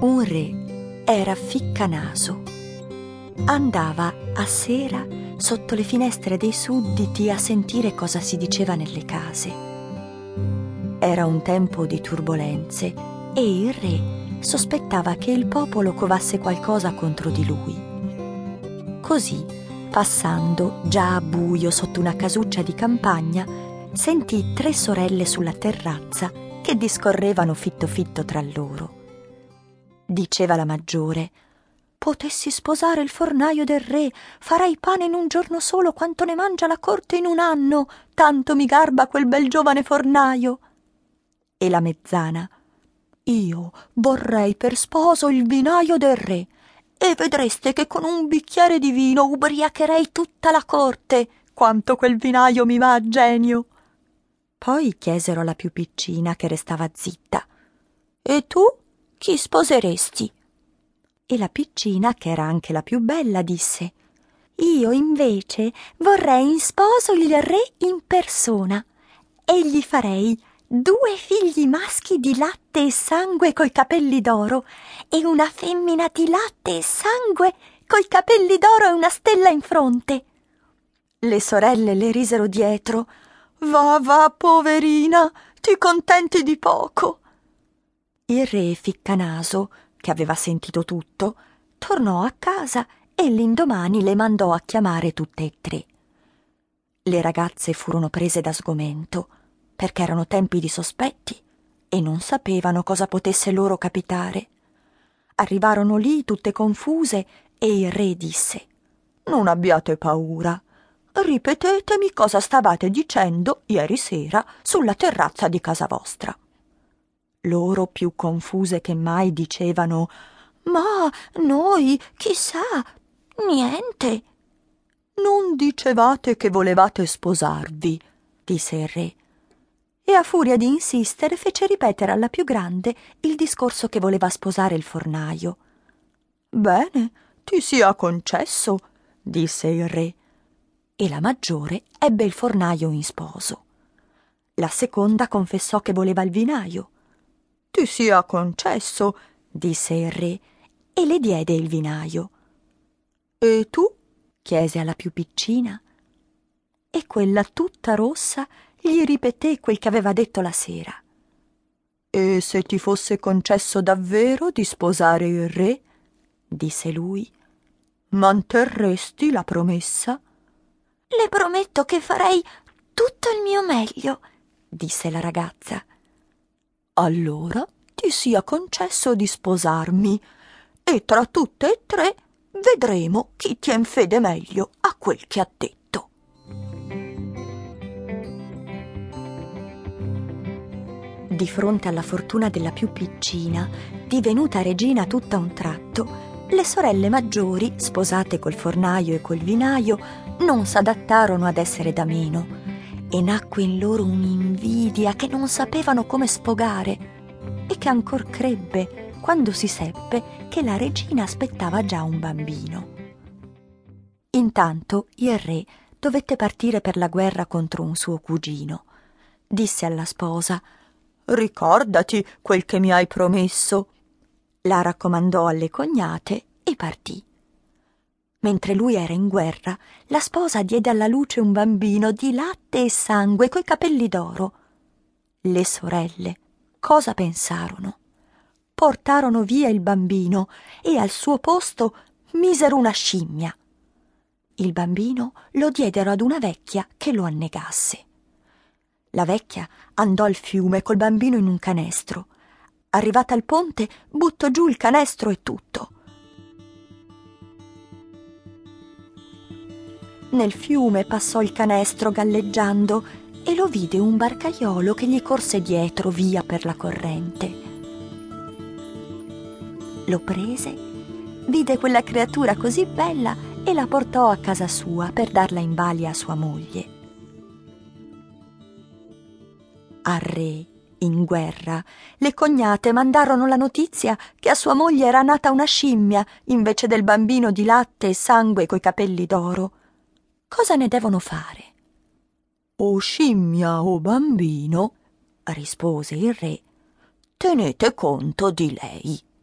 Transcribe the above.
Un re era ficcanaso. Andava a sera sotto le finestre dei sudditi a sentire cosa si diceva nelle case. Era un tempo di turbolenze e il re sospettava che il popolo covasse qualcosa contro di lui. Così, passando già a buio sotto una casuccia di campagna, sentì 3 sorelle sulla terrazza che discorrevano fitto fitto tra loro. Diceva la maggiore: «Potessi sposare il fornaio del re, farei pane in un giorno solo quanto ne mangia la corte in un anno, tanto mi garba quel bel giovane fornaio». E la mezzana: «Io vorrei per sposo il vinaio del re, e vedreste che con un bicchiere di vino ubriacherei tutta la corte, quanto quel vinaio mi va a genio». Poi chiesero alla più piccina, che restava zitta: «E tu chi sposeresti?» E la piccina, che era anche la più bella, disse: «Io invece vorrei in sposo il re in persona, e gli farei 2 figli maschi di latte e sangue coi capelli d'oro e una femmina di latte e sangue coi capelli d'oro e una stella in fronte». Le sorelle le risero dietro: «Va, va, poverina, ti contenti di poco». Il re ficcanaso, che aveva sentito tutto, tornò a casa e l'indomani le mandò a chiamare tutte e 3. Le ragazze furono prese da sgomento, perché erano tempi di sospetti e non sapevano cosa potesse loro capitare. Arrivarono lì tutte confuse e il re disse: «Non abbiate paura. Ripetetemi cosa stavate dicendo ieri sera sulla terrazza di casa vostra». Loro, più confuse che mai, dicevano: «Ma noi, chissà, niente». «Non dicevate che volevate sposarvi», disse il re, e a furia di insistere fece ripetere alla più grande il discorso che voleva sposare il fornaio. «Bene, ti sia concesso», disse il re, e la maggiore ebbe il fornaio in sposo. La seconda confessò che voleva il vinaio. «Ti sia concesso», disse il re, e le diede il vinaio. «E tu?» chiese alla più piccina, e quella tutta rossa gli ripeté quel che aveva detto la sera. «E se ti fosse concesso davvero di sposare il re?» disse lui, «manterresti la promessa?» «Le prometto che farei tutto il mio meglio», disse la ragazza. «Allora ti sia concesso di sposarmi, e tra tutte e 3 vedremo chi tien fede meglio a quel che ha detto». Di fronte alla fortuna della più piccina, divenuta regina tutta a un tratto, le sorelle maggiori, sposate col fornaio e col vinaio, non s'adattarono ad essere da meno, e nacque in loro un'invidia che non sapevano come sfogare, e che ancor crebbe quando si seppe che la regina aspettava già un bambino. Intanto il re dovette partire per la guerra contro un suo cugino. Disse alla sposa: «Ricordati quel che mi hai promesso». La raccomandò alle cognate e partì. Mentre lui era in guerra, la sposa diede alla luce un bambino di latte e sangue coi capelli d'oro. Le sorelle cosa pensarono? Portarono via il bambino e al suo posto misero una scimmia. Il bambino lo diedero ad una vecchia che lo annegasse. La vecchia andò al fiume col bambino in un canestro. Arrivata al ponte, buttò giù il canestro e tutto. Nel fiume passò il canestro galleggiando e lo vide un barcaiolo che gli corse dietro via per la corrente. Lo prese, vide quella creatura così bella e la portò a casa sua per darla in balia a sua moglie. Al re, in guerra, le cognate mandarono la notizia che a sua moglie era nata una scimmia invece del bambino di latte e sangue coi capelli d'oro. Cosa ne devono fare? «O scimmia o bambino», rispose il re, «tenete conto di lei».